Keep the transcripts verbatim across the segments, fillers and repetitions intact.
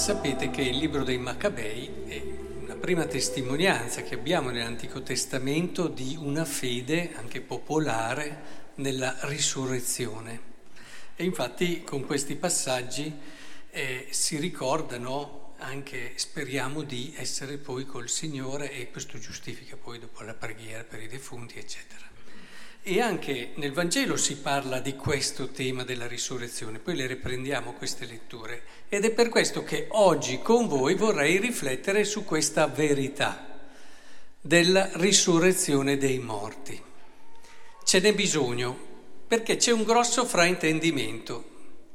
sapete che il libro dei Maccabei è una prima testimonianza che abbiamo nell'Antico Testamento di una fede anche popolare nella risurrezione. E infatti con questi passaggi eh, si ricordano anche, speriamo, di essere poi col Signore, e questo giustifica poi dopo la preghiera per i defunti, eccetera. E anche nel Vangelo si parla di questo tema della risurrezione, poi le riprendiamo queste letture, ed è per questo che oggi con voi vorrei riflettere su questa verità della risurrezione dei morti. Ce n'è bisogno, perché c'è un grosso fraintendimento.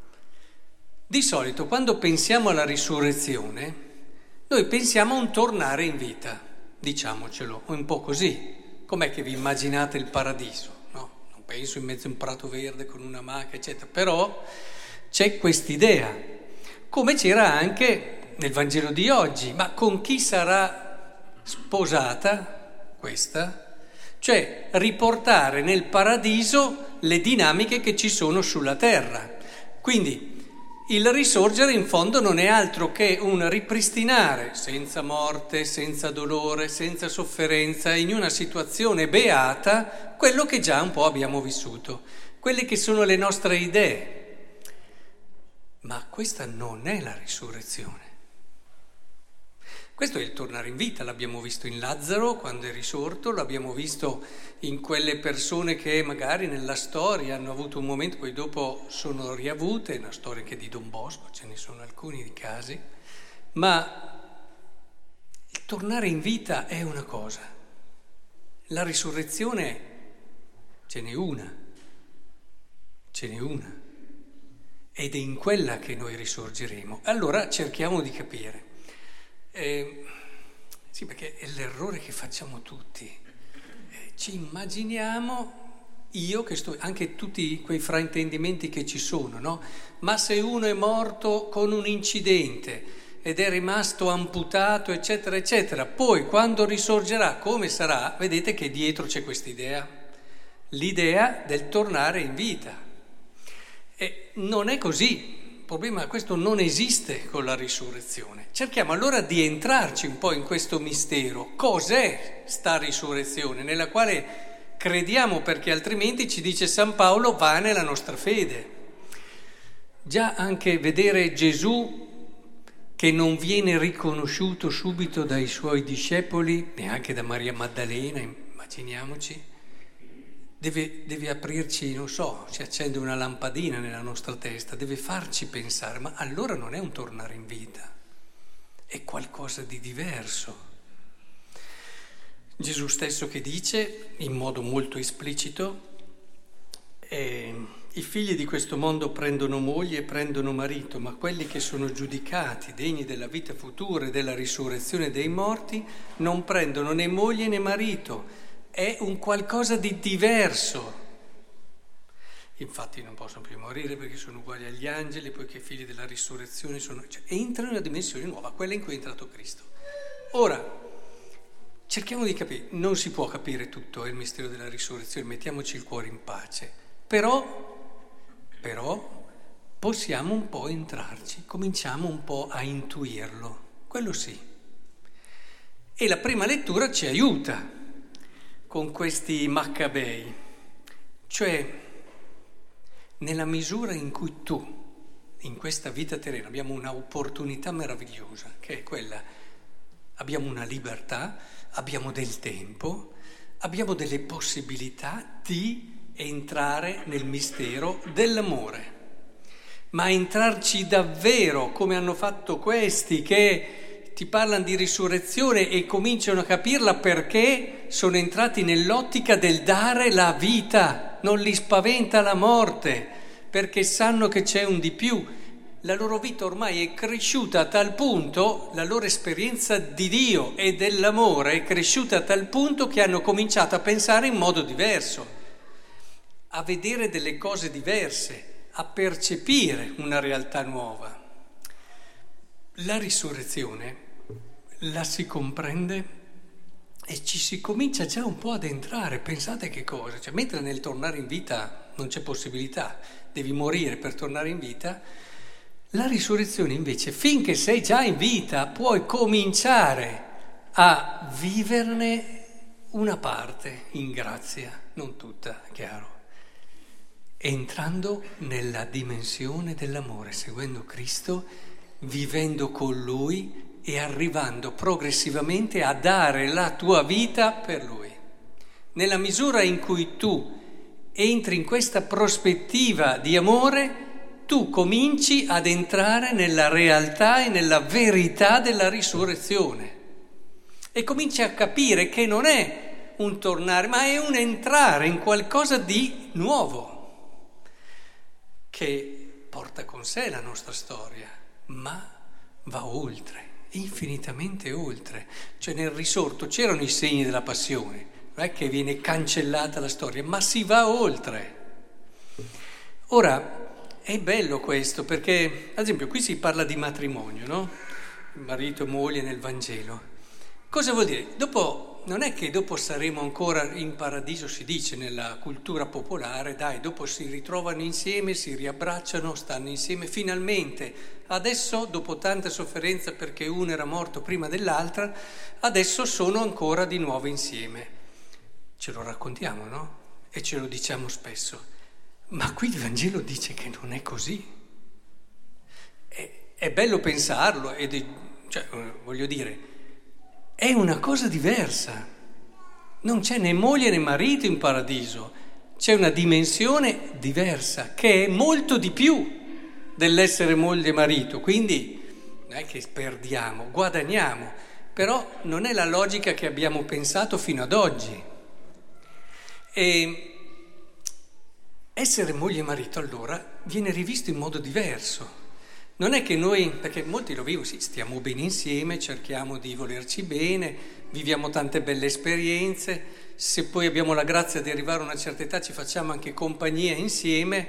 Di solito quando pensiamo alla risurrezione, noi pensiamo a un tornare in vita, diciamocelo, un po' così. Com'è che vi immaginate il paradiso? Penso in mezzo a un prato verde con una maca, eccetera. Però c'è quest'idea, come c'era anche nel Vangelo di oggi. Ma con chi sarà sposata questa? Cioè riportare nel paradiso le dinamiche che ci sono sulla terra. Quindi il risorgere in fondo non è altro che un ripristinare senza morte, senza dolore, senza sofferenza, in una situazione beata, quello che già un po' abbiamo vissuto, quelle che sono le nostre idee. Ma questa non è la risurrezione. Questo è il tornare in vita, l'abbiamo visto in Lazzaro quando è risorto, l'abbiamo visto in quelle persone che magari nella storia hanno avuto un momento, poi dopo sono riavute, è una storia che di Don Bosco, ce ne sono alcuni di casi, ma il tornare in vita è una cosa, la risurrezione ce n'è una, ce n'è una, ed è in quella che noi risorgeremo. Allora cerchiamo di capire. Eh, sì, perché è l'errore che facciamo tutti. Eh, ci immaginiamo, io che sto, anche tutti quei fraintendimenti che ci sono, no? Ma se uno è morto con un incidente ed è rimasto amputato, eccetera, eccetera, poi quando risorgerà, come sarà? Vedete che dietro c'è quest'idea, l'idea del tornare in vita. E non è così. Il problema è che questo non esiste con la risurrezione. Cerchiamo allora di entrarci un po' in questo mistero. Cos'è sta risurrezione nella quale crediamo, perché altrimenti, ci dice San Paolo, va nella nostra fede. Già anche vedere Gesù che non viene riconosciuto subito dai suoi discepoli, neanche da Maria Maddalena, immaginiamoci, Deve, deve aprirci, non so, si accende una lampadina nella nostra testa, deve farci pensare, ma allora non è un tornare in vita, è qualcosa di diverso. Gesù stesso che dice, in modo molto esplicito, eh, i figli di questo mondo prendono moglie e prendono marito, ma quelli che sono giudicati degni della vita futura e della risurrezione dei morti non prendono né moglie né marito. È un qualcosa di diverso. Infatti non possono più morire perché sono uguali agli angeli, poiché figli della risurrezione sono... Cioè, entrano in una dimensione nuova, quella in cui è entrato Cristo. Ora, cerchiamo di capire, non si può capire tutto il mistero della risurrezione, mettiamoci il cuore in pace, però, però possiamo un po' entrarci, cominciamo un po' a intuirlo, quello sì. E la prima lettura ci aiuta con questi Maccabei, cioè nella misura in cui tu, in questa vita terrena, abbiamo un'opportunità meravigliosa, che è quella, abbiamo una libertà, abbiamo del tempo, abbiamo delle possibilità di entrare nel mistero dell'amore, ma entrarci davvero come hanno fatto questi che ti parlano di risurrezione e cominciano a capirla perché sono entrati nell'ottica del dare la vita, non li spaventa la morte, perché sanno che c'è un di più. La loro vita ormai è cresciuta a tal punto, la loro esperienza di Dio e dell'amore è cresciuta a tal punto che hanno cominciato a pensare in modo diverso, a vedere delle cose diverse, a percepire una realtà nuova. La risurrezione la si comprende e ci si comincia già un po' ad entrare. Pensate che cosa, cioè mentre nel tornare in vita non c'è possibilità, devi morire per tornare in vita, La risurrezione invece, finché sei già in vita, puoi cominciare a viverne una parte in grazia, non tutta, è chiaro, entrando nella dimensione dell'amore, seguendo Cristo, vivendo con Lui e arrivando progressivamente a dare la tua vita per Lui. Nella misura in cui tu entri in questa prospettiva di amore, tu cominci ad entrare nella realtà e nella verità della risurrezione e cominci a capire che non è un tornare, ma è un entrare in qualcosa di nuovo che porta con sé la nostra storia, ma va oltre, infinitamente oltre. Cioè nel risorto c'erano i segni della passione, non è che viene cancellata la storia, ma si va oltre. Ora, è bello questo perché, ad esempio, qui si parla di matrimonio, no? Marito e moglie nel Vangelo. Cosa vuol dire? Dopo, non è che dopo saremo ancora in paradiso, si dice nella cultura popolare, dai, dopo si ritrovano insieme, si riabbracciano, stanno insieme, finalmente. Adesso, dopo tanta sofferenza perché uno era morto prima dell'altra, adesso sono ancora di nuovo insieme. Ce lo raccontiamo, no? E ce lo diciamo spesso. Ma qui il Vangelo dice che non è così. È, è bello pensarlo, ed è, cioè, voglio dire, è una cosa diversa. Non c'è né moglie né marito in paradiso, c'è una dimensione diversa che è molto di più dell'essere moglie e marito. Quindi non è che perdiamo, guadagniamo, però non è la logica che abbiamo pensato fino ad oggi. E essere moglie e marito allora viene rivisto in modo diverso. Non è che noi, perché molti lo vivono, sì, stiamo bene insieme, cerchiamo di volerci bene, viviamo tante belle esperienze, se poi abbiamo la grazia di arrivare a una certa età ci facciamo anche compagnia insieme.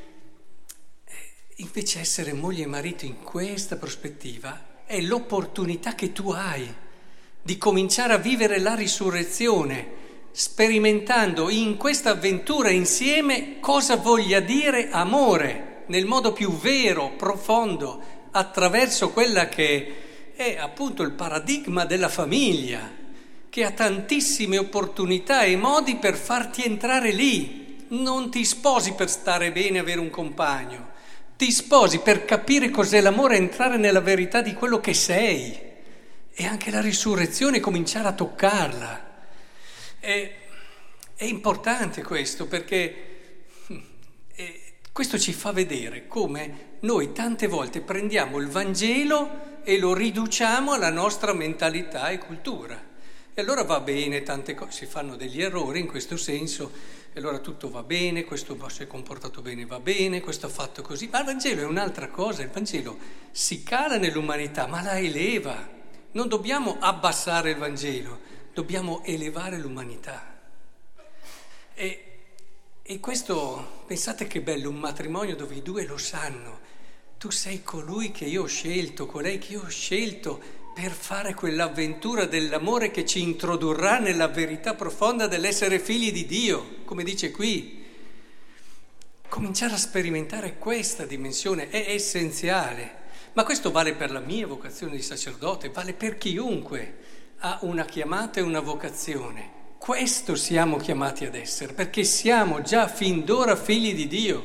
Invece essere moglie e marito in questa prospettiva è l'opportunità che tu hai di cominciare a vivere la risurrezione, sperimentando in questa avventura insieme cosa voglia dire amore nel modo più vero, profondo, attraverso quella che è appunto il paradigma della famiglia, che ha tantissime opportunità e modi per farti entrare lì. Non ti sposi per stare bene e avere un compagno, ti sposi per capire cos'è l'amore, entrare nella verità di quello che sei e anche la risurrezione cominciare a toccarla. È, è importante questo perché eh, questo ci fa vedere come noi tante volte prendiamo il Vangelo e lo riduciamo alla nostra mentalità e cultura. E allora va bene, tante cose, si fanno degli errori in questo senso, e allora tutto va bene, questo si è comportato bene, va bene, questo ha fatto così. Ma il Vangelo è un'altra cosa, il Vangelo si cala nell'umanità, ma la eleva. Non dobbiamo abbassare il Vangelo, dobbiamo elevare l'umanità. E, e questo, pensate che bello, un matrimonio dove i due lo sanno. Tu sei colui che io ho scelto, colei che io ho scelto per fare quell'avventura dell'amore che ci introdurrà nella verità profonda dell'essere figli di Dio, come dice qui. Cominciare a sperimentare questa dimensione è essenziale. Ma questo vale per la mia vocazione di sacerdote, vale per chiunque ha una chiamata e una vocazione. Questo siamo chiamati ad essere, perché siamo già fin d'ora figli di Dio.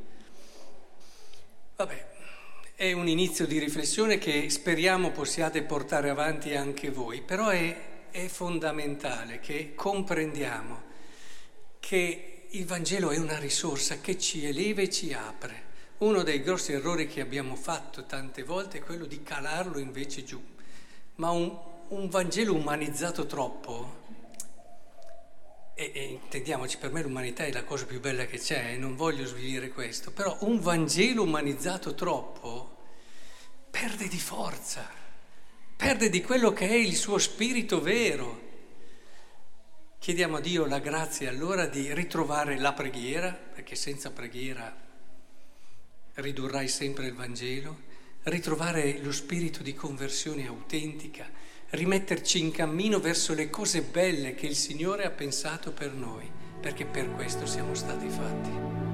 Vabbè, è un inizio di riflessione che speriamo possiate portare avanti anche voi, però è, è fondamentale che comprendiamo che il Vangelo è una risorsa che ci eleva e ci apre. Uno dei grossi errori che abbiamo fatto tante volte è quello di calarlo invece giù, ma un, un Vangelo umanizzato troppo. E, e intendiamoci, per me l'umanità è la cosa più bella che c'è e non voglio svilire questo, però un Vangelo umanizzato troppo perde di forza, perde di quello che è il suo spirito vero. Chiediamo a Dio la grazia allora di ritrovare la preghiera, perché senza preghiera ridurrai sempre il Vangelo, ritrovare lo spirito di conversione autentica, rimetterci in cammino verso le cose belle che il Signore ha pensato per noi, perché per questo siamo stati fatti.